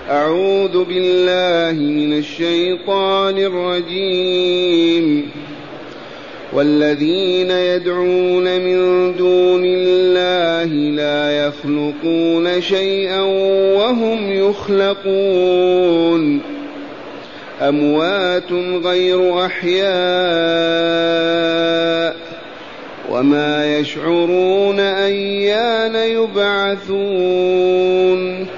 أعوذ بالله من الشيطان الرجيم. والذين يدعون من دون الله لا يخلقون شيئا وهم يخلقون أموات غير أحياء وما يشعرون أيان يبعثون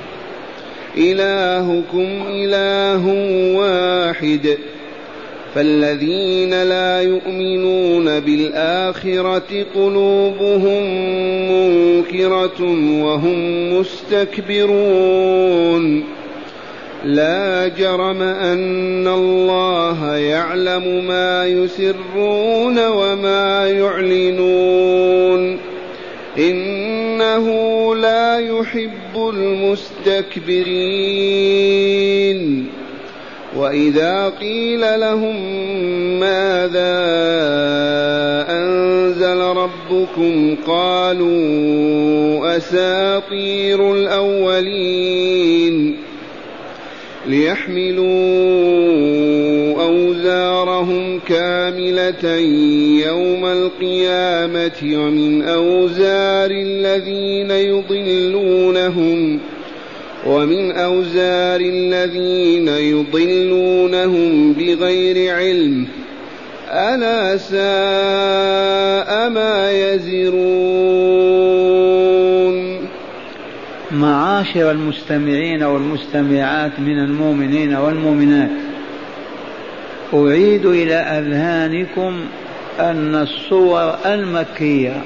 إلهكم إله واحد فالذين لا يؤمنون بالآخرة قلوبهم منكرة وهم مستكبرون لا جرم أن الله يعلم ما يسرون وما يعلنون إنه لا يحب المستكبرين. وإذا قيل لهم ماذا أنزل ربكم قالوا أساطير الأولين ليحملوا أوزارهم كاملة يوم القيامة ومن أوزار الذين يضلونهم بغير علم ألا ساء ما يزرون. معاشر المستمعين والمستمعات من المؤمنين والمؤمنات، أعيد إلى أذهانكم أن الصور المكية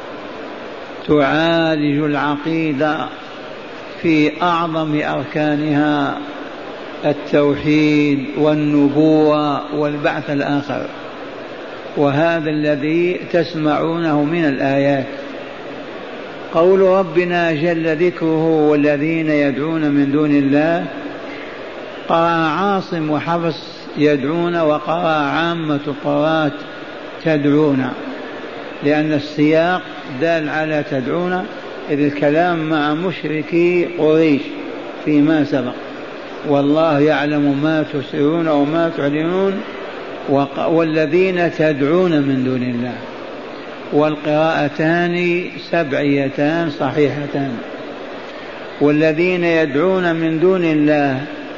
تعالج العقيدة في أعظم أركانها التوحيد والنبوة والبعث الآخر، وهذا الذي تسمعونه من الآيات. قول ربنا جل ذكره والذين يدعون من دون الله، قرأ عاصم وحفص يدعون، وقرأ عامة القراءات تدعون، لأن السياق دال على تدعون، إذ الكلام مع مشركي قريش فيما سبق، والله يعلم ما تسرون وما تعلنون والذين تدعون من دون الله. والقراءتان سبعيتان صحيحتان. والذين يدعون من دون الله،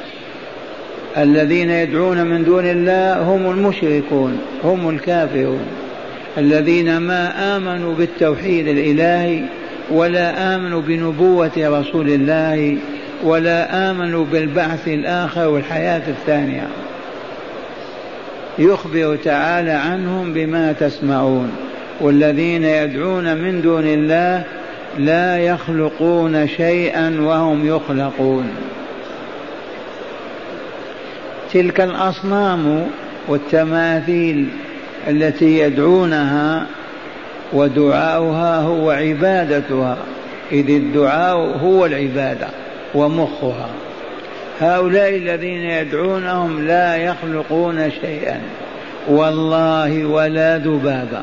الذين يدعون من دون الله هم المشركون، هم الكافرون الذين ما آمنوا بالتوحيد الإلهي، ولا آمنوا بنبوة رسول الله، ولا آمنوا بالبعث الآخر والحياة الثانية. يخبر تعالى عنهم بما تسمعون. والذين يدعون من دون الله لا يخلقون شيئا وهم يخلقون. تلك الأصنام والتماثيل التي يدعونها ودعاؤها هو عبادتها، إذ الدعاء هو العبادة ومخها. هؤلاء الذين يدعونهم لا يخلقون شيئا والله ولا ذبابا،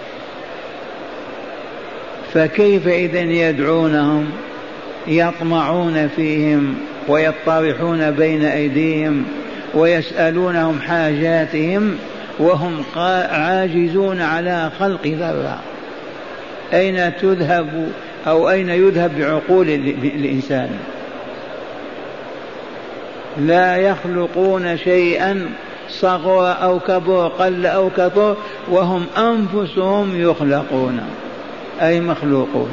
فكيف إذن يدعونهم؟ يطمعون فيهم ويطرحون بين أيديهم ويسألونهم حاجاتهم وهم عاجزون على خلق ذرة. أين تذهب أو أين يذهب بعقول الإنسان؟ لا يخلقون شيئا صغر أو كبر، قل أو كثر، وهم أنفسهم يخلقون أي مخلوقون.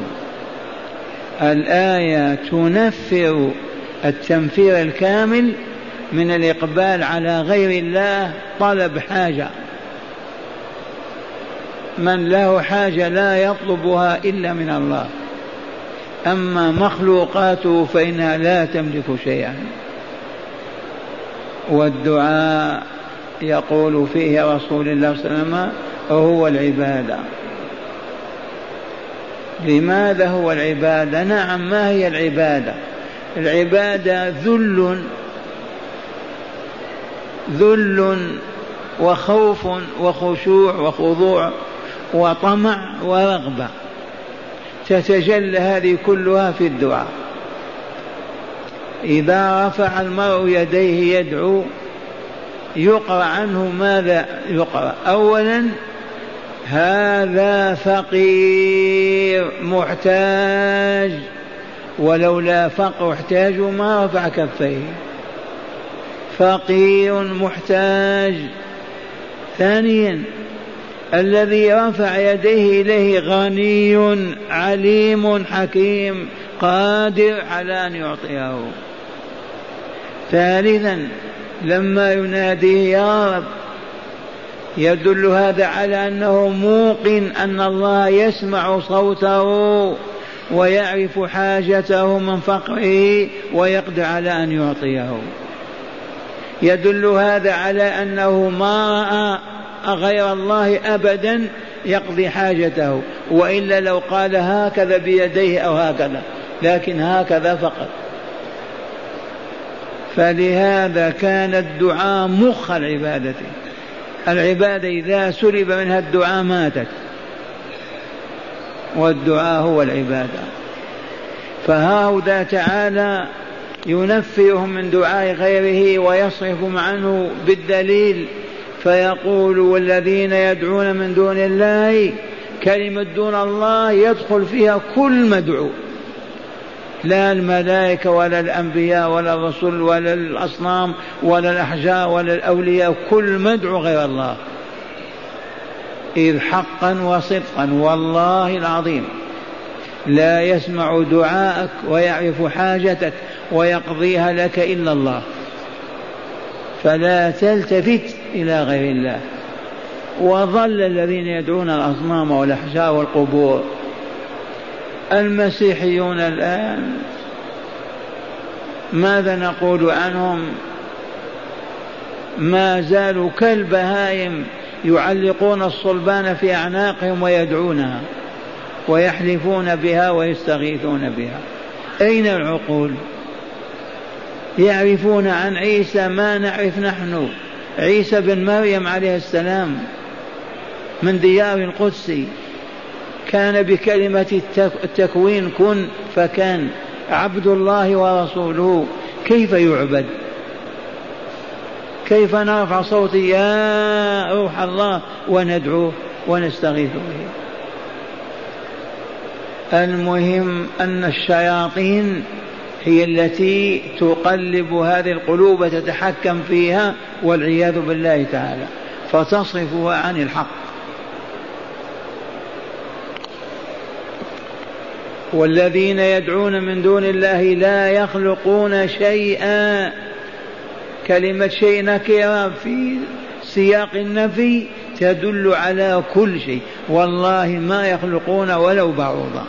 الآية تنفر التنفير الكامل من الإقبال على غير الله، طلب حاجة. من له حاجة لا يطلبها إلا من الله، أما مخلوقاته فإنها لا تملك شيئا. والدعاء يقول فيه رسول الله صلى الله عليه وسلم هو العبادة. لماذا هو العبادة؟ نعم، ما هي العبادة؟ العبادة ذل وخوف وخشوع وخضوع وطمع ورغبة، تتجلى هذه كلها في الدعاء. إذا رفع المرء يديه يدعو يقرأ عنه ماذا يقرأ؟ أولا هذا فقير محتاج، ولولا فقر احتاج ما رفع كفيه، فقير محتاج. ثانيا الذي رفع يديه إليه غني عليم حكيم قادر على أن يعطيه. ثالثا لما يناديه يا رب يدل هذا على أنه موقن أن الله يسمع صوته ويعرف حاجته من فقره ويقدر على أن يعطيه. يدل هذا على أنه ما رأى غير الله أبدا يقضي حاجته، وإلا لو قال هكذا بيديه أو هكذا، لكن هكذا فقط. فلهذا كان الدعاء مخ العبادة. العبادة إذا سلب منها الدعاء ماتت، والدعاء هو العبادة. فهذا تعالى ينفرهم من دعاء غيره ويصرفهم عنه بالدليل، فيقول والذين يدعون من دون الله، كلمة دون الله يدخل فيها كل مدعو، لا الملائكة ولا الأنبياء ولا الرسل ولا الأصنام ولا الأحجار ولا الأولياء، كل مدعو غير الله. إذ حقا وصدقا والله العظيم لا يسمع دعاءك ويعرف حاجتك ويقضيها لك إلا الله، فلا تلتفت إلى غير الله. وظل الذين يدعون الأصنام والأحجار والقبور. المسيحيون الآن ماذا نقول عنهم؟ ما زالوا كالبهائم يعلقون الصلبان في أعناقهم ويدعونها ويحلفون بها ويستغيثون بها. أين العقول؟ يعرفون عن عيسى ما نعرف نحن. عيسى بن مريم عليه السلام من ديار القدس، كان بكلمة التكوين كن فكان، عبد الله ورسوله. كيف يعبد؟ كيف نرفع صوتي يا روح الله وندعوه ونستغيث به؟ المهم أن الشياطين هي التي تقلب هذه القلوب وتتحكم فيها والعياذ بالله تعالى، فتصرفها عن الحق. والذين يدعون من دون الله لا يخلقون شيئا. كلمة شيء نكرة في سياق النفي تدل على كل شيء، والله ما يخلقون ولو بعوضا.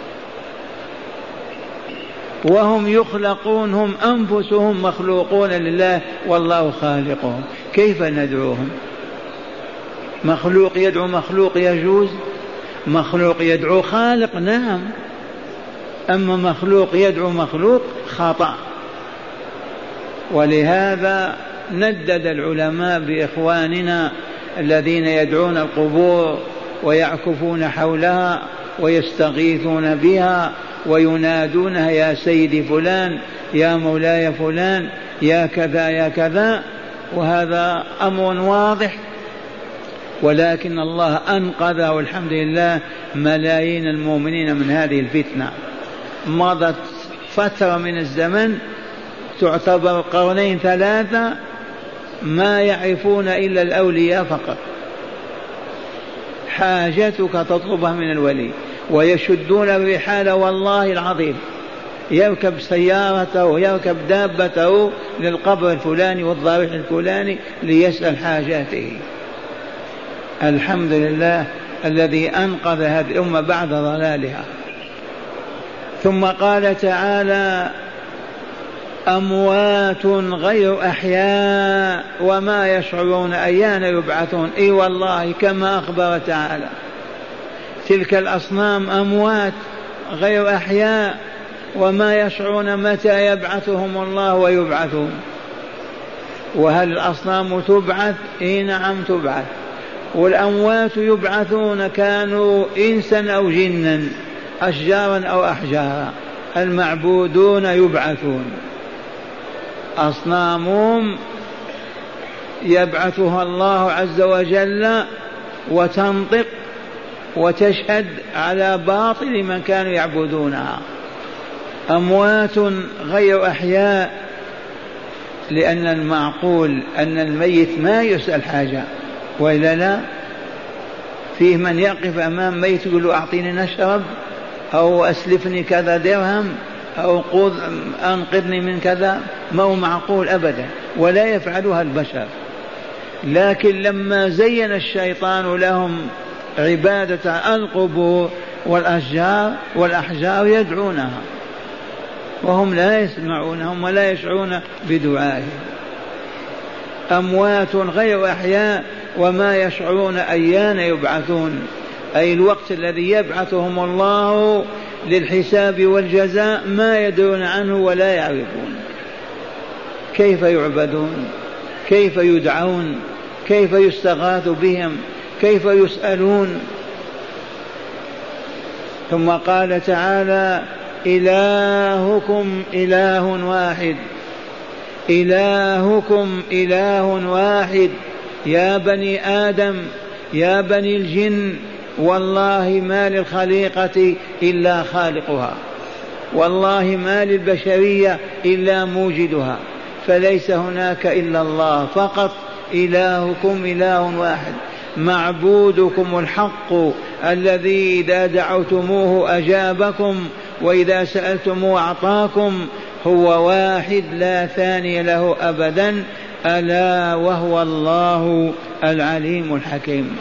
وهم يخلقون، هم أنفسهم مخلوقون لله والله خالقهم. كيف ندعوهم؟ مخلوق يدعو مخلوق يجوز؟ مخلوق يدعو خالق نعم، أما مخلوق يدعو مخلوق خطأ. ولهذا ندد العلماء بإخواننا الذين يدعون القبور ويعكفون حولها ويستغيثون بها وينادونها يا سيدي فلان، يا مولاي فلان، يا كذا يا كذا، وهذا أمر واضح. ولكن الله أنقذ والحمد لله ملايين المؤمنين من هذه الفتنة. مضت فترة من الزمن تعتبر قرنين ثلاثة ما يعرفون إلا الأولياء فقط. حاجتك تطلبها من الولي، ويشدون الرحال والله العظيم، يركب سيارته يركب دابته للقبر الفلاني والضريح الفلاني ليسأل حاجاته. الحمد لله الذي أنقذ هذه الأمة بعد ضلالها. ثم قال تعالى أموات غير أحياء وما يشعرون أيان يبعثون. إي والله كما أخبر تعالى تلك الأصنام أموات غير أحياء وما يشعرون متى يبعثهم الله ويبعثون. وهل الأصنام تبعث؟ إي نعم تبعث. والأموات يبعثون، كانوا إنسا أو جنا، أشجارا أو أحجارا، المعبودون يبعثون. أصنامهم يبعثها الله عز وجل وتنطق وتشهد على باطل من كانوا يعبدونها. أموات غير أحياء، لأن المعقول أن الميت ما يسأل حاجة، وإلا لا؟ فيه من يقف أمام ميت يقول له أعطيني نشرب، أو أسلفني كذا درهم، أو أنقذني من كذا، ما هو معقول أبدا، ولا يفعلها البشر. لكن لما زين الشيطان لهم عبادة القبور والأشجار والأحجار يدعونها وهم لا يسمعونهم ولا يشعرون بدعائهم. أموات غير أحياء وما يشعرون أيان يبعثون، أي الوقت الذي يبعثهم الله للحساب والجزاء ما يدرون عنه ولا يعرفون. كيف يعبدون؟ كيف يدعون؟ كيف يستغاث بهم؟ كيف يسألون؟ ثم قال تعالى: إلهكم إله واحد، إلهكم إله واحد يا بني آدم، يا بني الجن، والله ما للخليقة إلا خالقها، والله ما للبشرية إلا موجدها، فليس هناك إلا الله فقط. إلهكم إله واحد، معبودكم الحق الذي إذا دعوتموه أجابكم وإذا سألتموه أعطاكم، هو واحد لا ثاني له أبدا، ألا وهو الله العليم الحكيم.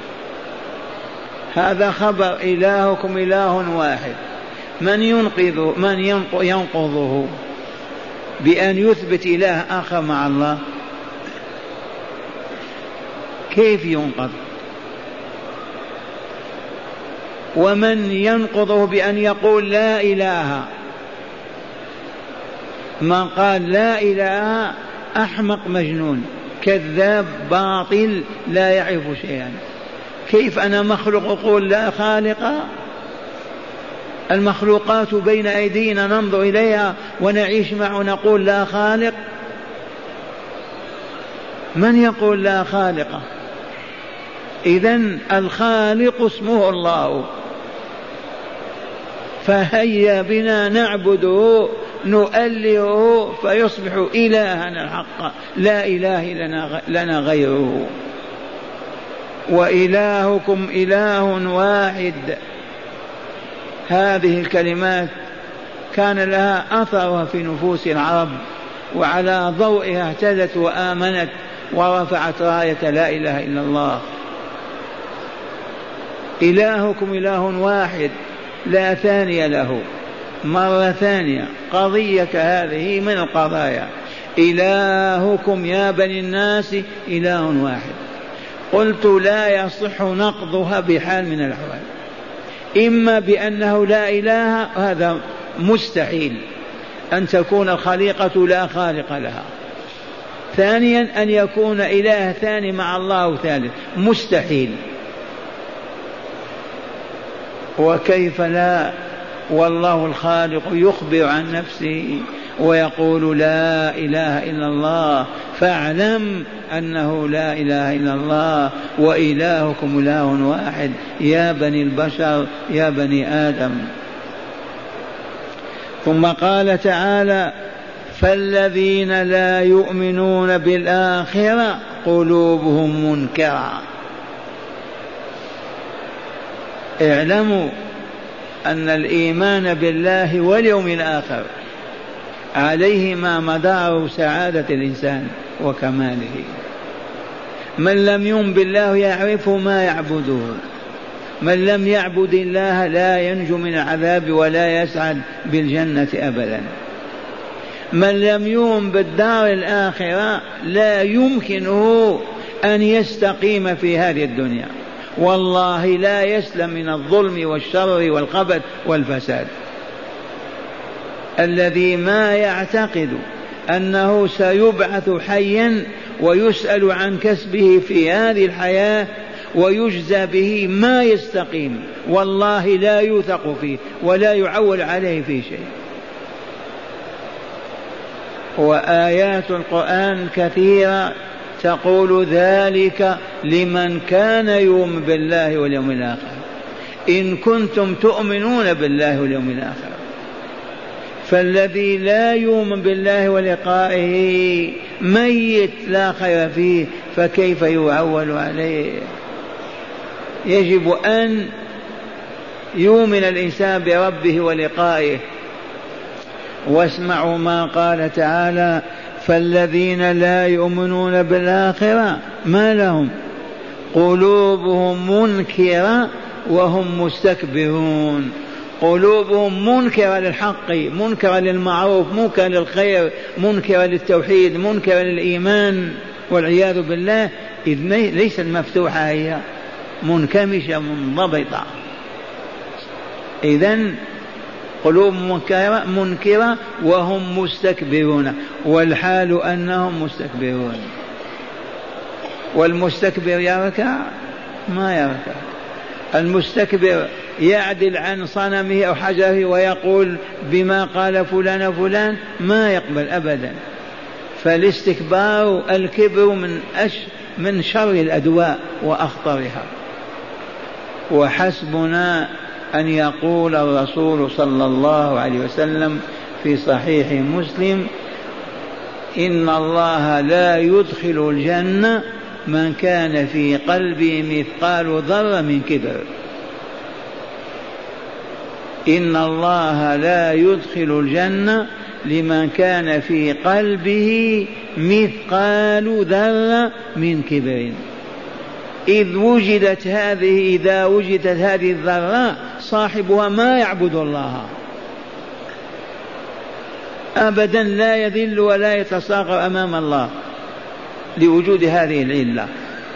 هذا خبر إلهكم إله واحد. من ينقضه بأن يثبت إله آخر مع الله؟ كيف ينقض؟ ومن ينقضه بأن يقول لا إله؟ من قال لا إله أحمق مجنون كذاب باطل لا يعرف شيئا. كيف أنا مخلوق أقول لا خالق؟ المخلوقات بين أيدينا ننظر إليها ونعيش معه ونقول لا خالق؟ من يقول لا خالق؟ إذن الخالق اسمه الله، فهيا بنا نعبده نؤلهه فيصبح إلهنا الحق، لا إله لنا غيره. وإلهكم إله واحد، هذه الكلمات كان لها أثرها في نفوس العرب، وعلى ضوئها اهتدت وآمنت ورفعت راية لا إله إلا الله. إلهكم إله واحد لا ثاني له. مرة ثانية قضية هذه من القضايا، إلهكم يا بني الناس إله واحد. قلت لا يصح نقضها بحال من الأحوال، إما بأنه لا إله، هذا مستحيل أن تكون الخليقة لا خالق لها. ثانيا أن يكون إله ثاني مع الله ثالث، مستحيل. وكيف لا؟ والله الخالق يخبر عن نفسه ويقول لا إله إلا الله، فاعلم أنه لا إله إلا الله وإلهكم إله واحد يا بني البشر يا بني آدم. ثم قال تعالى: فالذين لا يؤمنون بالآخرة قلوبهم منكرة. اعلموا أن الإيمان بالله واليوم الآخر عليه ما مدار سعادة الإنسان وكماله. من لم يؤمن بالله يعرف ما يعبده، من لم يعبد الله لا ينجو من العذاب ولا يسعد بالجنة أبدا. من لم يؤمن بالدار الآخرة لا يمكنه أن يستقيم في هذه الدنيا، والله لا يسلم من الظلم والشر والخبث والفساد. الذي ما يعتقد أنه سيبعث حيا ويسأل عن كسبه في هذه الحياة ويجزى به ما يستقيم، والله لا يوثق فيه ولا يعول عليه في شيء. وآيات القرآن كثيرة تقول ذلك لمن كان يؤمن بالله واليوم الآخر، إن كنتم تؤمنون بالله واليوم الآخر. فالذي لا يؤمن بالله ولقائه ميت لا خير فيه، فكيف يعول عليه؟ يجب أن يؤمن الإنسان بربه ولقائه. واسمعوا ما قال تعالى: فالذين لا يؤمنون بالآخرة ما لهم قلوبهم منكرة وهم مستكبرون. قلوبهم منكرة للحق، منكرة للمعروف، منكرة للخير، منكرة للتوحيد، منكرة للإيمان والعياذ بالله، إذ ليست مفتوحة، هي منكمشة منضبطة. إذن قلوب منكرة وهم مستكبرون، والحال أنهم مستكبرون. والمستكبر يركع؟ ما يركع. المستكبر يعدل عن صنمه أو حجره ويقول بما قال فلان فلان، ما يقبل أبدا. فالاستكبار الكبر من شر الأدواء وأخطرها. وحسبنا أن يقول الرسول صلى الله عليه وسلم في صحيح مسلم: إن الله لا يدخل الجنة من كان في قلبه مثقال ذرة من كبر. إن الله لا يدخل الجنة لمن كان في قلبه مثقال ذرة من كبر. إذا وجدت هذه الذرة صاحبها ما يعبد الله أبدا، لا يذل ولا يتصاغر أمام الله لوجود هذه العلة،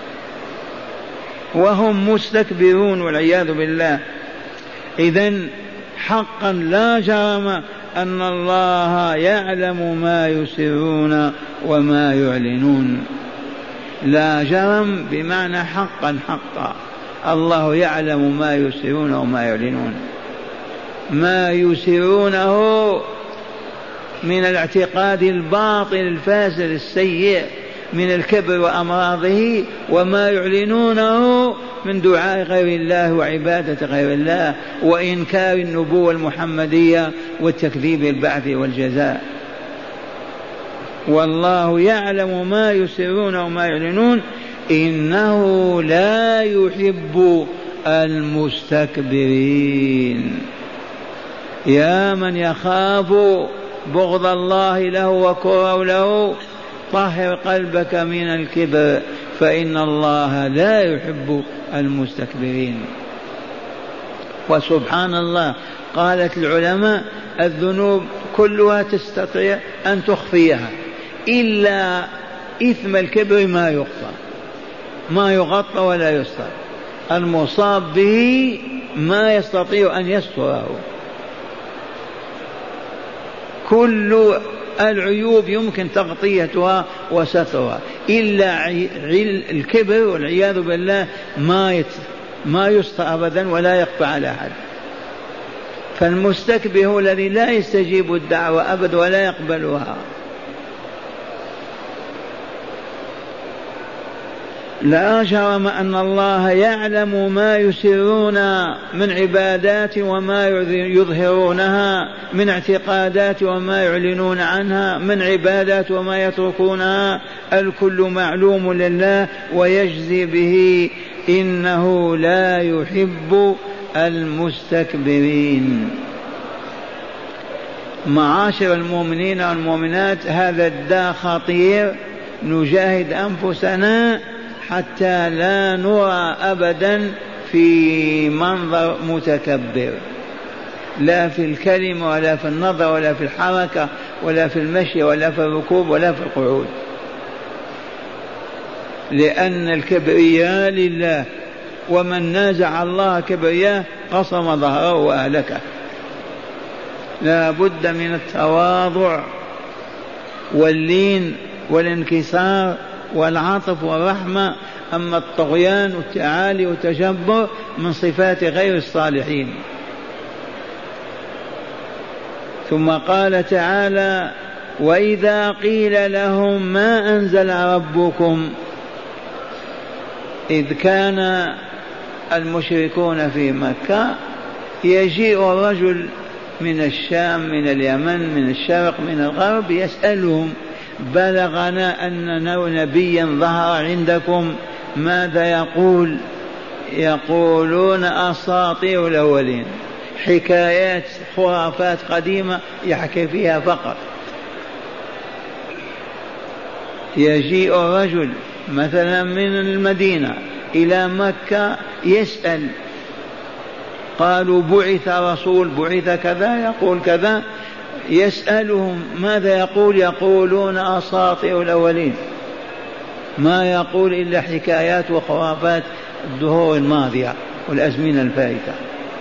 وهم مستكبرون والعياذ بالله. إذن حقا لا جرم أن الله يعلم ما يسرون وما يعلنون. لا جرم بمعنى حقا حقا، الله يعلم ما يسرون وما يعلنون. ما يسرونه من الاعتقاد الباطل الفاسد السيء من الكبر وأمراضه، وما يعلنونه من دعاء غير الله وعبادة غير الله وإنكار النبوة المحمدية والتكذيب البعث والجزاء. والله يعلم ما يسرون وما يعلنون، إنه لا يحب المستكبرين. يا من يخاف بغض الله له وكره له، طهر قلبك من الكبر، فإن الله لا يحب المستكبرين. وسبحان الله، قالت العلماء: الذنوب كلها تستطيع أن تخفيها إلا إثم الكبر، ما يخفى، ما يغطى ولا يستر. المصاب به ما يستطيع أن يستره. كل العيوب يمكن تغطيتها وسترها، إلا الكبر والعياذ بالله ما يستر أبدا ولا يخفى على أحد. فالمستكبر هو الذي لا يستجيب الدعوة أبدا ولا يقبلها. لا جرم أن الله يعلم ما يسرون من عبادات وما يظهرونها، من اعتقادات وما يعلنون عنها، من عبادات وما يتركونها، الكل معلوم لله ويجزي به، إنه لا يحب المستكبرين. معاشر المؤمنين والمؤمنات، هذا الداء خطير، نجاهد أنفسنا حتى لا نرى أبدا في منظر متكبر، لا في الكلمة ولا في النظر ولا في الحركة ولا في المشي ولا في الركوب ولا في القعود، لأن الكبرياء لله، ومن نازع الله كبرياء قصم ظهره وأهلكه. لا بد من التواضع واللين والانكسار والعطف والرحمة. أما الطغيان والتعالي والتجبر من صفات غير الصالحين. ثم قال تعالى: وإذا قيل لهم ما أنزل ربكم، إذ كان المشركون في مكة يجيء الرجل من الشام من اليمن من الشرق من الغرب يسألهم بلغنا أن نبيا ظهر عندكم ماذا يقول؟ يقولون أساطير الأولين، حكايات خرافات قديمة يحكي فيها فقط. يجيء رجل مثلا من المدينة إلى مكة يسأل، قالوا بعث رسول بعث كذا يقول كذا، يسألهم ماذا يقول؟ يقولون أساطير الأولين، ما يقول إلا حكايات وخرافات الدهور الماضية والأزمنة الفائتة.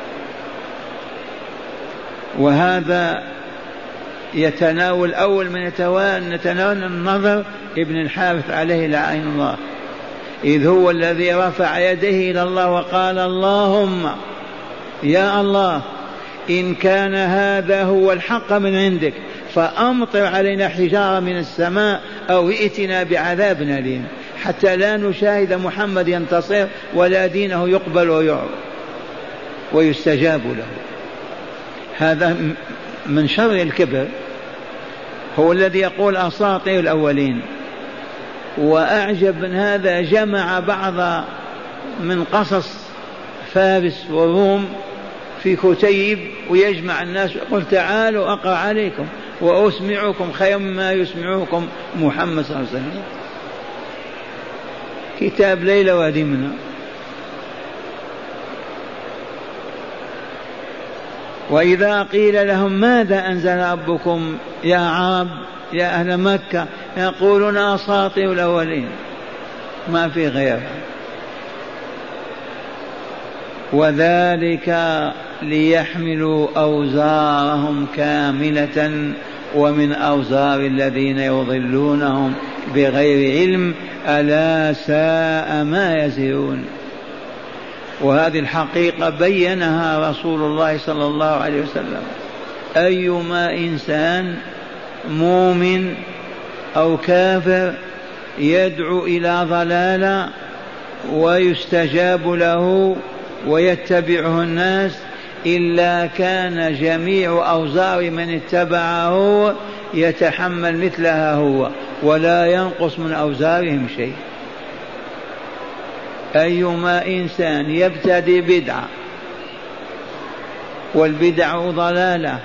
وهذا يتناول أول من نتناول النظر ابن الحارث عليه لعين الله، إذ هو الذي رفع يديه إلى الله وقال اللهم يا الله إن كان هذا هو الحق من عندك فأمطر علينا حجارة من السماء أو ائتنا بعذاب أليم حتى لا نشاهد محمد ينتصر ولا دينه يقبل ويستجاب له. هذا من شر الكبر، هو الذي يقول أساطير الأولين. وأعجب من هذا جمع بعض من قصص فارس والروم في كتيب ويجمع الناس ويقول تعالوا أقرأ عليكم وأسمعكم خير مما يسمعكم محمد صلى الله عليه وسلم. كتاب ليلة ودمنة. وإذا قيل لهم ماذا أنزل ربكم يا عرب يا أهل مكة يقولون أساطير الأولين، ما في غيرها. وذلك ليحملوا أوزارهم كاملة ومن أوزار الذين يضلونهم بغير علم ألا ساء ما يزرون. وهذه الحقيقة بينها رسول الله صلى الله عليه وسلم. أيما إنسان مؤمن أو كافر يدعو إلى ضلالة ويستجاب له ويتبعه الناس إلا كان جميع أوزار من اتبعه يتحمل مثلها هو ولا ينقص من أوزارهم شيء. أيما إنسان يبتدي بدعة والبدع ضلالة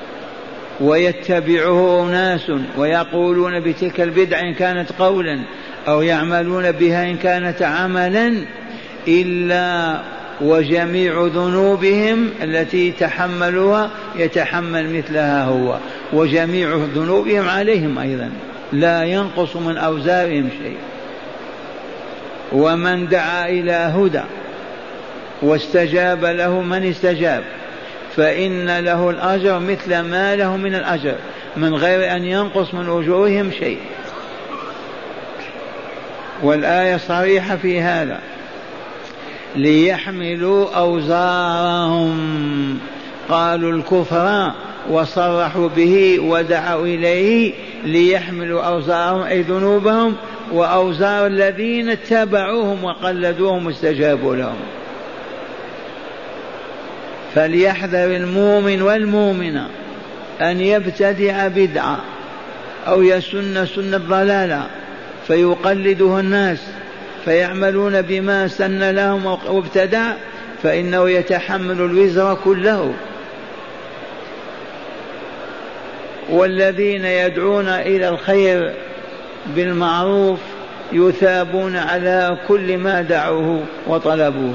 ويتبعه ناس ويقولون بتلك البدع إن كانت قولا أو يعملون بها إن كانت عملا إلا وجميع ذنوبهم التي تحملوها يتحمل مثلها هو وجميع ذنوبهم عليهم أيضا لا ينقص من أوزارهم شيء. ومن دعا إلى هدى واستجاب له من استجاب فإن له الأجر مثل ما له من الأجر من غير أن ينقص من أجورهم شيء. والآية صريحة في هذا، ليحملوا أوزارهم، قالوا الكفر وصرحوا به ودعوا إليه، ليحملوا أوزارهم أي ذنوبهم وأوزار الذين اتبعوهم وقلدوهم واستجابوا لهم. فليحذر المؤمن والمؤمنة أن يبتدع بدعة أو يسن سنة ضلالة فيقلده الناس فيعملون بما سن لهم وابتدع، فإنه يتحمل الوزر كله. والذين يدعون إلى الخير بالمعروف يثابون على كل ما دعوه وطلبوه.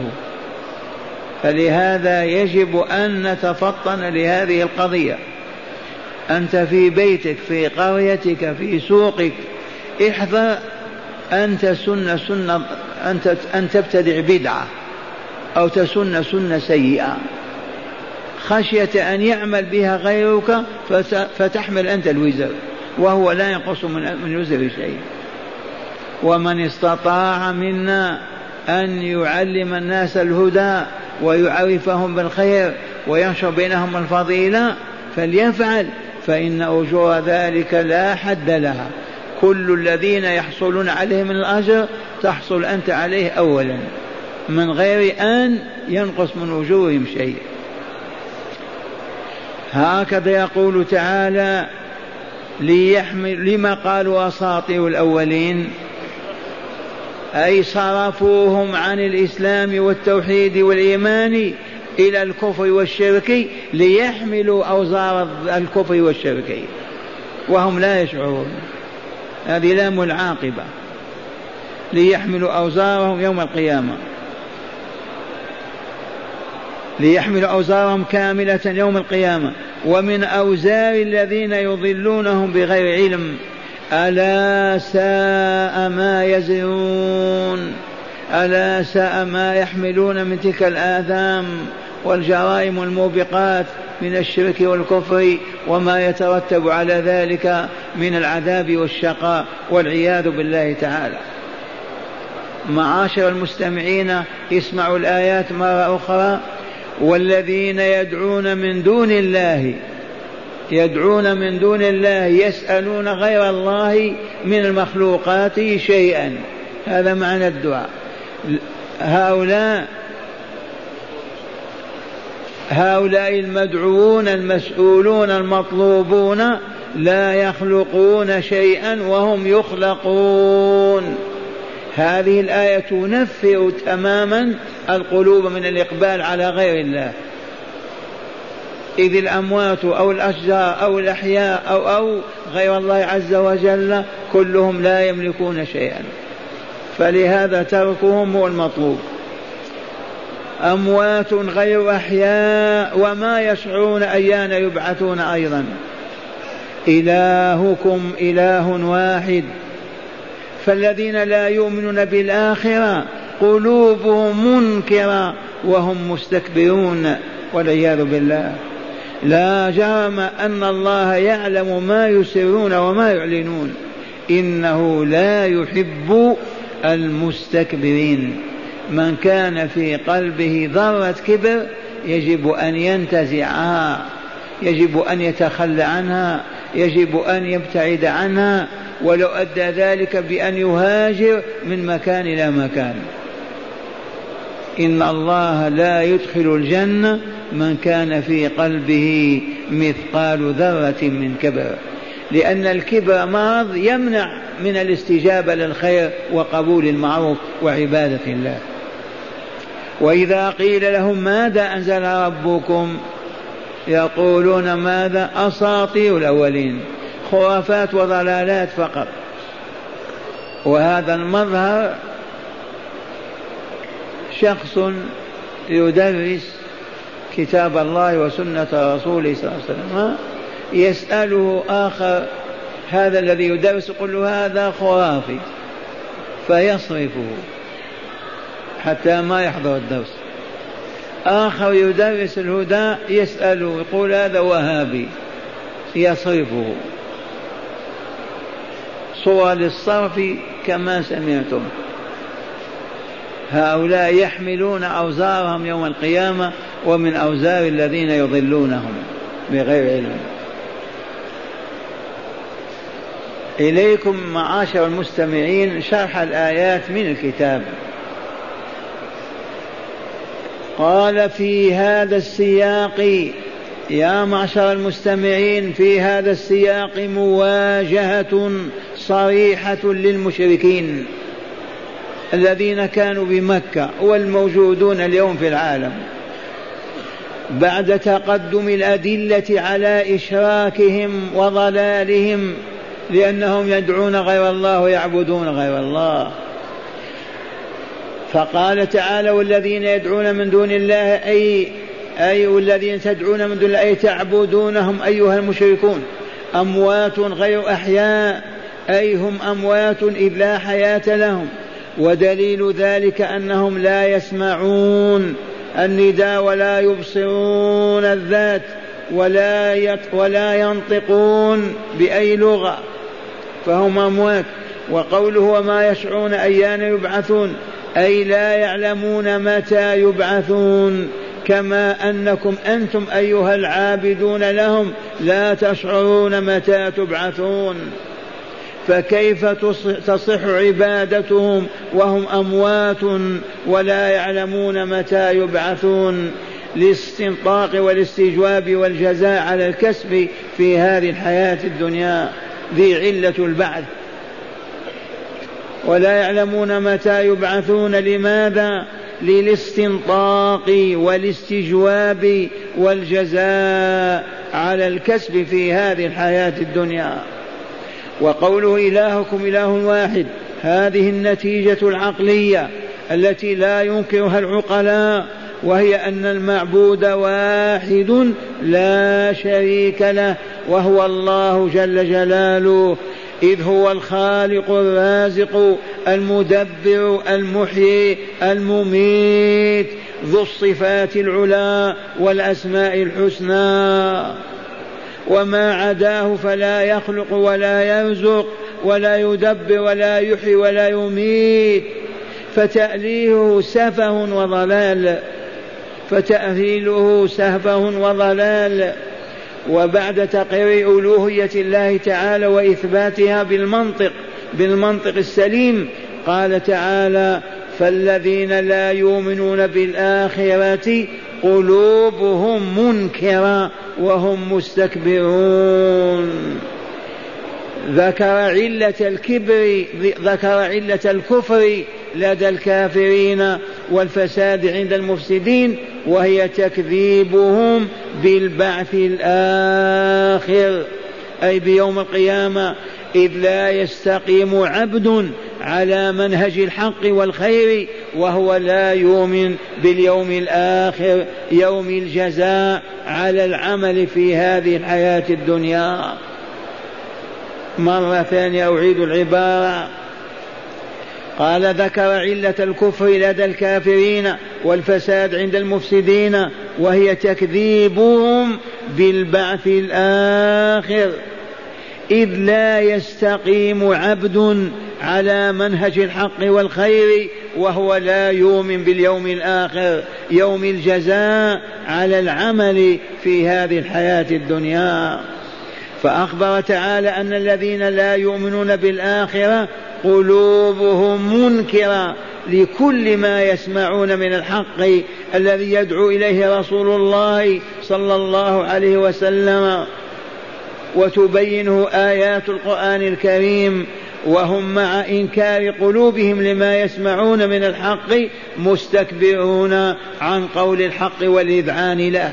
فلهذا يجب أن نتفطن لهذه القضية. أنت في بيتك في قريتك في سوقك احذر أن تسن سنة أن تبتدع بدعة أو تسن سنة سيئة خشية أن يعمل بها غيرك فتحمل أنت الوزر وهو لا ينقص من وزر شيء. ومن استطاع منا أن يعلم الناس الهدى ويعرفهم بالخير وينشر بينهم الفضيلة فليفعل، فإن أجور ذلك لا حد لها. كل الذين يحصلون عليه من الأجر تحصل أنت عليه أولا من غير أن ينقص من أجورهم شيء. هكذا يقول تعالى لما قالوا أساطير الأولين، أي صرفوهم عن الإسلام والتوحيد والإيمان إلى الكفر والشرك ليحملوا أوزار الكفر والشرك وهم لا يشعرون. هذه لام العاقبة، ليحملوا أوزارهم يوم القيامة، ليحملوا أوزارهم كاملة يوم القيامة. ومن أوزار الذين يضلونهم بغير علم ألا ساء ما يزرون، ألا ساء ما يحملون من تلك الآثام والجرائم الموبقات من الشرك والكفر وما يترتب على ذلك من العذاب والشقاء والعياذ بالله تعالى. معاشر المستمعين اسمعوا الآيات مرة أخرى. والذين يدعون من دون الله، يدعون من دون الله يسألون غير الله من المخلوقات شيئا، هذا معنى الدعاء. هؤلاء المدعوون المسؤولون المطلوبون لا يخلقون شيئا وهم يخلقون. هذه الآية تنفر تماما القلوب من الإقبال على غير الله، إذ الأموات أو الأشجار أو الأحياء أو غير الله عز وجل كلهم لا يملكون شيئا، فلهذا تركهم هو المطلوب. أموات غير أحياء وما يشعرون أيان يبعثون أيضا. إلهكم إله واحد. فالذين لا يؤمنون بالآخرة قلوبهم منكرة وهم مستكبرون والعياذ بالله. لا جرم أن الله يعلم ما يسرون وما يعلنون، إنه لا يحب المستكبرين. من كان في قلبه ذرة كبر يجب أن ينتزعها، يجب أن يتخلى عنها، يجب أن يبتعد عنها، ولو أدى ذلك بأن يهاجر من مكان إلى مكان. إن الله لا يدخل الجنة من كان في قلبه مثقال ذرة من كبر، لأن الكبر مرض يمنع من الاستجابة للخير وقبول المعروف وعبادة الله. وإذا قيل لهم ماذا أنزل ربكم يقولون ماذا؟ أساطير الأولين، خرافات وضلالات فقط. وهذا المظهر شخص يدرس كتاب الله وسنة رسوله صلى الله عليه وسلم، يسأله آخر هذا الذي يدرس يقول له هذا خرافي فيصرفه حتى ما يحضر الدرس. آخر يدرس الهدى يسأله يقول هذا وهابي يصرفه. صور للصرف كما سمعتم. هؤلاء يحملون أوزارهم يوم القيامة ومن أوزار الذين يضلونهم بغير علم. إليكم معاشر المستمعين شرح الآيات من الكتاب. قال في هذا السياق يا معشر المستمعين، في هذا السياق مواجهة صريحة للمشركين الذين كانوا بمكة والموجودون اليوم في العالم، بعد تقدم الأدلة على إشراكهم وضلالهم، لأنهم يدعون غير الله ويعبدون غير الله. فقال تعالى والذين يدعون من دون الله أي والذين تدعون من دون الله أي تعبدونهم أيها المشركون أموات غير أحياء، أي هم أموات إذ لا حياة لهم. ودليل ذلك أنهم لا يسمعون النداء ولا يبصرون الذات ولا ينطقون بأي لغة، فهم أموات. وقوله وما يشعرون أيان يبعثون أي لا يعلمون متى يبعثون، كما أنكم أنتم أيها العابدون لهم لا تشعرون متى تبعثون، فكيف تصح عبادتهم وهم أموات ولا يعلمون متى يبعثون؟ للاستنطاق والاستجواب والجزاء على الكسب في هذه الحياة الدنيا ذي علة البعث، ولا يعلمون متى يبعثون. لماذا؟ للاستنطاق والاستجواب والجزاء على الكسب في هذه الحياة الدنيا. وقوله إلهكم إله واحد، هذه النتيجة العقلية التي لا ينكرها العقلاء، وهي أن المعبود واحد لا شريك له، وهو الله جل جلاله، إذ هو الخالق الرازق المدبر المحيي المميت ذو الصفات العلى والأسماء الحسنى، وما عداه فلا يخلق ولا يرزق ولا يدبر ولا يحيي ولا يميت، فتأليهه سفه وضلال، فتأهيله سهفه وضلال. وبعد تقرير ألوهية الله تعالى وإثباتها بالمنطق السليم، قال تعالى: فالذين لا يؤمنون بالآخرة قلوبهم منكرة وهم مستكبرون. ذكر علة الكفر لدى الكافرين والفساد عند المفسدين، وهي تكذيبهم بالبعث الآخر أي بيوم القيامة، إذ لا يستقيم عبد على منهج الحق والخير وهو لا يؤمن باليوم الآخر، يوم الجزاء على العمل في هذه الحياة الدنيا. مرة ثانية أعيد العبارة، قال: ذكر علة الكفر لدى الكافرين والفساد عند المفسدين، وهي تكذيبهم بالبعث الآخر، إذ لا يستقيم عبد على منهج الحق والخير وهو لا يؤمن باليوم الآخر، يوم الجزاء على العمل في هذه الحياة الدنيا. فأخبر تعالى أن الذين لا يؤمنون بالآخرة قلوبهم منكرة لكل ما يسمعون من الحق الذي يدعو إليه رسول الله صلى الله عليه وسلم وتبينه آيات القرآن الكريم، وهم مع إنكار قلوبهم لما يسمعون من الحق مستكبرون عن قول الحق والإذعان له.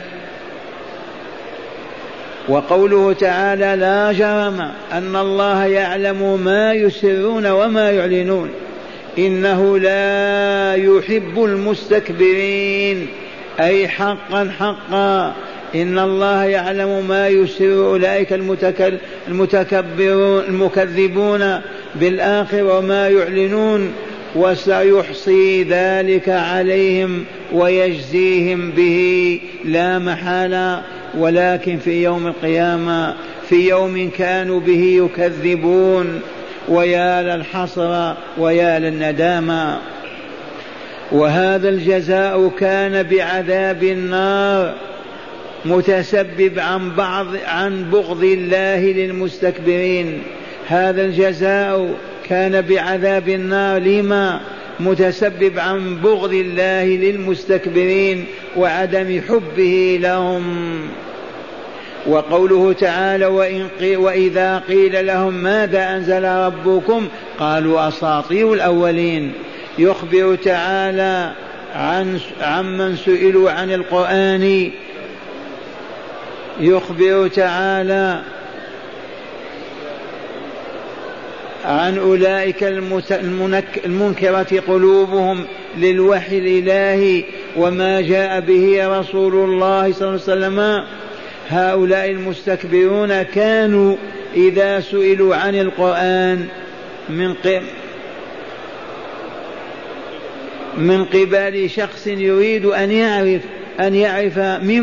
وقوله تعالى: لا جرم أن الله يعلم ما يسرون وما يعلنون إنه لا يحب المستكبرين، أي حقا إن الله يعلم ما يسر أولئك المتكبرون المكذبون بالآخر وما يعلنون، وسيحصي ذلك عليهم ويجزيهم به لا محالة، ولكن في يوم القيامة، في يوم كانوا به يكذبون، ويا للحسرة ويا للندامة. وهذا الجزاء كان بعذاب النار متسبب عن بغض الله للمستكبرين. هذا الجزاء كان بعذاب النار، لما؟ متسبب عن بغض الله للمستكبرين وعدم حبه لهم. وقوله تعالى: وإذا قيل لهم ماذا أنزل ربكم قالوا أساطير الأولين. يخبر تعالى عمن سئلوا عن القرآن، يخبر تعالى عن أولئك المنكرة قلوبهم للوحي الإلهي وما جاء به رسول الله صلى الله عليه وسلم. هؤلاء المستكبرون كانوا إذا سئلوا عن القرآن من قبل شخص يريد أن يعرف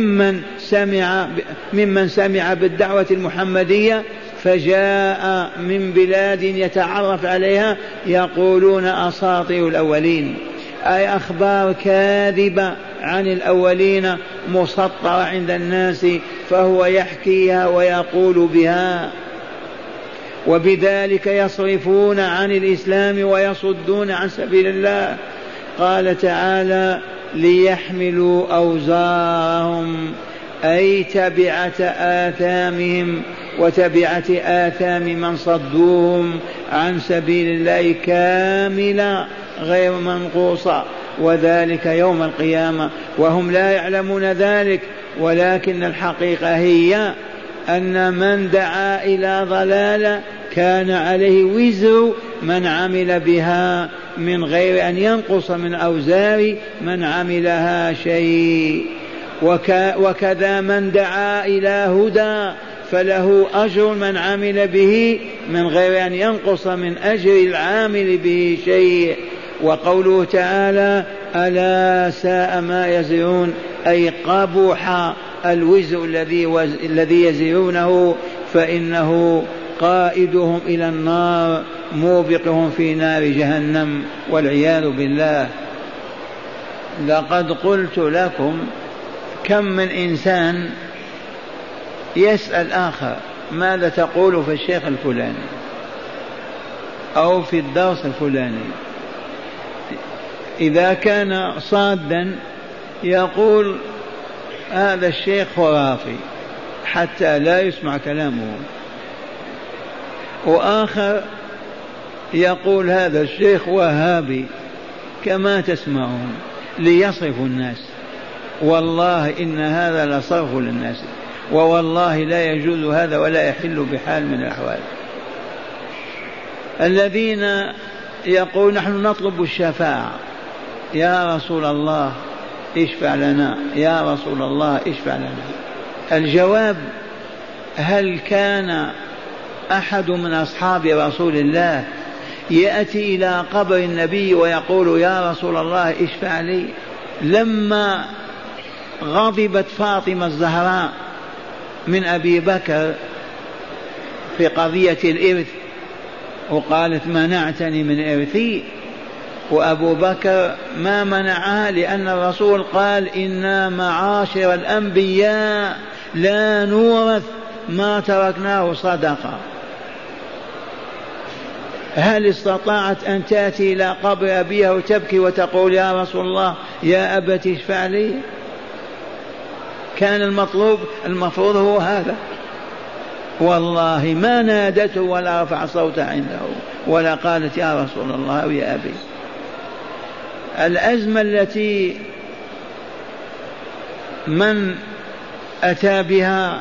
ممن سمع بالدعوة المحمدية فجاء من بلاد يتعرف عليها، يقولون أساطير الأولين. أي أخبار كاذبة عن الأولين مسطرة عند الناس، فهو يحكيها ويقول بها، وبذلك يصرفون عن الإسلام ويصدون عن سبيل الله. قال تعالى: ليحملوا أوزارهم، أي تبعة آثامهم وتبعة آثام من صدوهم عن سبيل الله كاملة غير منقوصة، وذلك يوم القيامة، وهم لا يعلمون ذلك. ولكن الحقيقة هي أن من دعا إلى ضلالة كان عليه وزر من عمل بها من غير أن ينقص من أوزار من عملها شيء. وكذا من دعا إلى هدى فله أجر من عمل به من غير أن ينقص من أجر العامل به شيء. وقوله تعالى: ألا ساء ما يزرون، أي قبح الوزر الذي يزرونه، فإنه قائدهم إلى النار موبقهم في نار جهنم والعياذ بالله. لقد قلت لكم كم من إنسان يسأل آخر: ماذا تقول في الشيخ الفلاني أو في الدرس الفلاني؟ إذا كان صادا يقول: هذا الشيخ خرافي، حتى لا يسمع كلامه. وآخر يقول: هذا الشيخ وهابي، كما تسمعون، ليصرفوا الناس. والله إن هذا لصرف للناس، ووالله لا يجوز هذا ولا يحل بحال من الأحوال. الذين يقول: نحن نطلب الشفاعة، يا رسول الله اشفع لنا، يا رسول الله اشفع لنا. الجواب: هل كان أحد من أصحاب رسول الله يأتي إلى قبر النبي ويقول: يا رسول الله اشفع لي؟ لما غضبت فاطمة الزهراء من أبي بكر في قضية الإرث وقالت: منعتني من إرثي، وأبو بكر ما منعها، لأن الرسول قال: إنا معاشر الأنبياء لا نورث ما تركناه صدقة. هل استطاعت أن تأتي إلى قبر أبيها وتبكي وتقول: يا رسول الله يا أبت اشفع لي؟ كان المفروض هو هذا. والله ما نادته ولا رفع صوتها عنده ولا قالت: يا رسول الله أو يا أبي. الأزمة التي من أتى بها،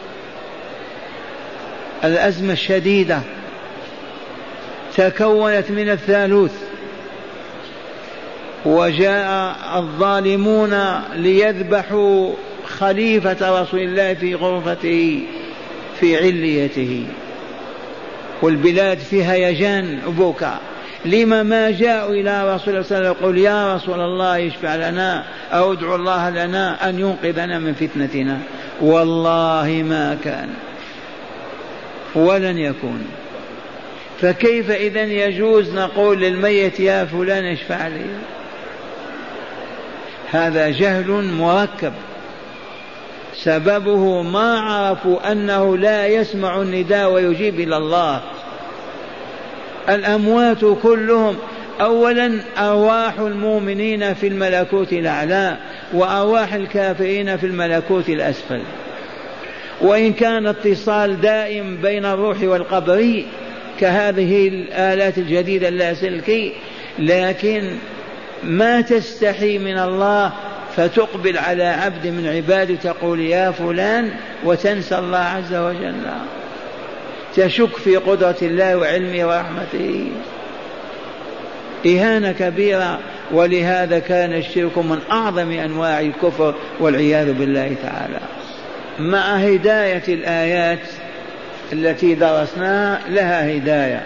الأزمة الشديدة، تكونت من الثالوث، وجاء الظالمون ليذبحوا خليفة رسول الله في غرفته في عليته، والبلاد فيها هيجان وبكاء. لما ما جاءوا إلى رسول الله صلى الله عليه وسلم يقول: يا رسول الله يشفع لنا أو ادعو الله لنا أن ينقذنا من فتنتنا؟ والله ما كان ولن يكون. فكيف إذن يجوز نقول للميت: يا فلان اشفع لي؟ هذا جهل مركب، سببه ما عرفوا أنه لا يسمع النداء ويجيب إلى الله. الأموات كلهم أولا أرواح المؤمنين في الملكوت الأعلى، وأرواح الكافرين في الملكوت الأسفل، وإن كان اتصال دائم بين الروح والقبر كهذه الآلات الجديدة اللاسلكي، لكن ما تستحي من الله فتقبل على عبد من عباده تقول: يا فلان، وتنسى الله عز وجل، تشك في قدرة الله وعلمه ورحمته. إهانة كبيرة. ولهذا كان الشرك من أعظم أنواع الكفر والعياذ بالله تعالى. مع هداية الآيات التي درسناها، لها هداية.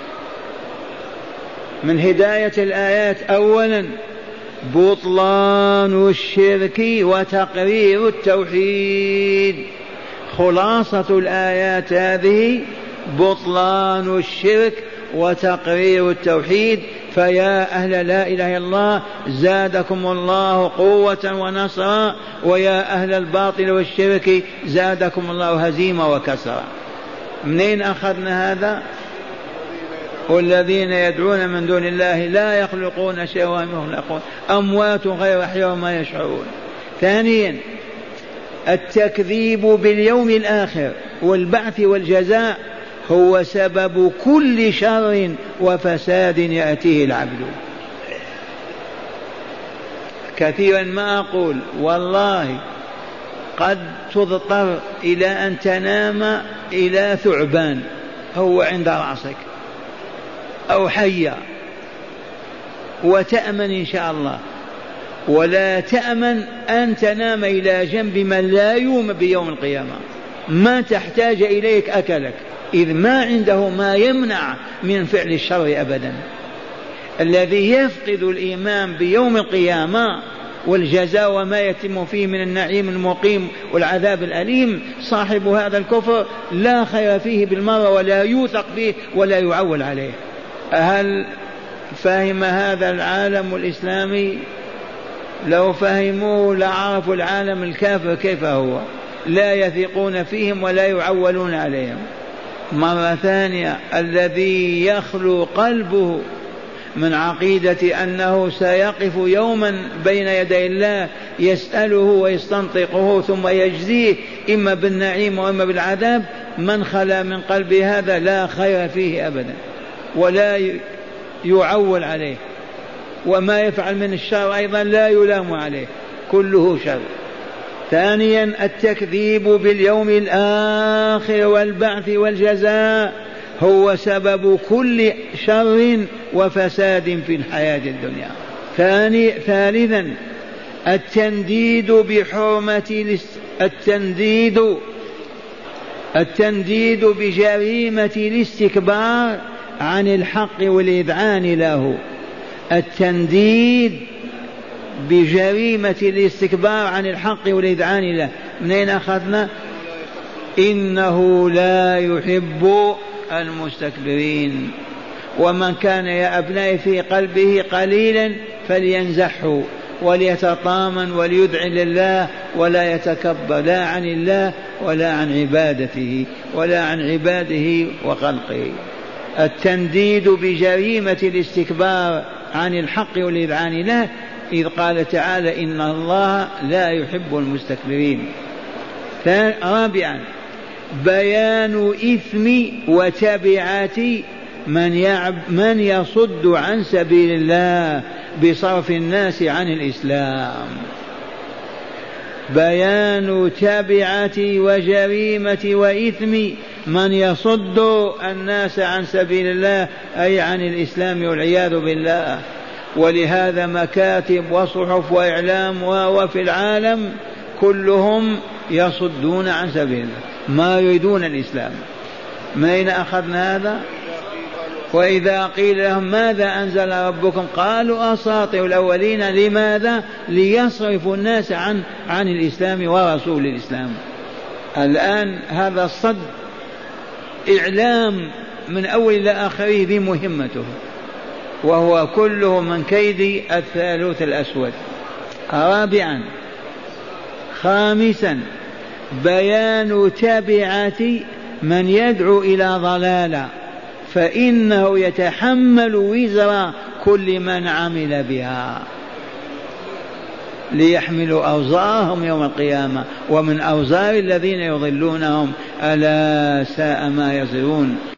من هداية الآيات: أولا بطلان الشرك وتقرير التوحيد. خلاصة الآيات هذه بطلان الشرك وتقرير التوحيد، فيا أهل لا إله إلا الله زادكم الله قوة ونصرا، ويا أهل الباطل والشرك زادكم الله هزيمة وكسرا. منين أخذنا هذا؟ والذين يدعون من دون الله لا يخلقون شيئا وهم يخلقون، أموات غير أحياء وما يشعرون. ثانيا التكذيب باليوم الآخر والبعث والجزاء هو سبب كل شر وفساد يأتيه العبد. كثيرا ما أقول والله قد تضطر إلى أن تنام إلى ثعبان هو عند رأسك أو حية وتأمن إن شاء الله، ولا تأمن أن تنام إلى جنب من لا يوم بيوم القيامة، ما تحتاج إليك أكلك، إذ ما عنده ما يمنع من فعل الشر أبدا. الذي يفقد الإيمان بيوم القيامة والجزاء وما يتم فيه من النعيم المقيم والعذاب الأليم، صاحب هذا الكفر لا خير فيه بالمرة ولا يوثق به ولا يعول عليه. هل فهم هذا العالم الإسلامي؟ لو فهموه لعرفوا العالم الكافر كيف هو، لا يثقون فيهم ولا يعولون عليهم. مرة ثانية الذي يخلو قلبه من عقيدة أنه سيقف يوما بين يدي الله يسأله ويستنطقه ثم يجزيه إما بالنعيم وإما بالعذاب، من خلا من قلبه هذا لا خير فيه أبدا ولا يعول عليه، وما يفعل من الشر أيضا لا يلام عليه، كله شر. ثانيا التكذيب باليوم الآخر والبعث والجزاء هو سبب كل شر وفساد في الحياة الدنيا. ثالثا التنديد بحرمة التنديد بجريمة الاستكبار عن الحق والإذعان له. التنديد بجريمة الاستكبار عن الحق والإذعان له، منين أخذنا؟ إنه لا يحب المستكبرين. ومن كان يا أبنائي في قلبه قليلا فلينزحه وليتطامن وليدعي لله ولا يتكبر لا عن الله ولا عن عبادته ولا عن عباده وخلقه. التنديد بجريمة الاستكبار عن الحق والإذعان له، إذ قال تعالى إن الله لا يحب المستكبرين. رابعا بيان إثم وتبعات من يصد عن سبيل الله بصرف الناس عن الإسلام. بيان تبعة وجريمة وإثم من يصد الناس عن سبيل الله أي عن الإسلام والعياذ بالله. ولهذا مكاتب وصحف وإعلام وفي العالم كلهم يصدون عن سبيل الله، ما يريدون الإسلام. من أين أخذنا هذا؟ وإذا قيل لهم ماذا أنزل ربكم قالوا أساطير الأولين. لماذا؟ ليصرفوا الناس عن الإسلام ورسول الإسلام. الآن هذا الصد إعلام من أول إلى آخره بمهمته، وهو كله من كيد الثالوث الأسود. رابعا خامسا بيان تبعة من يدعو إلى ضلالة، فإنه يتحمل وزر كل من عمل بها، ليحملوا أوزارهم يوم القيامة ومن أوزار الذين يضلونهم، ألا ساء ما يزرون.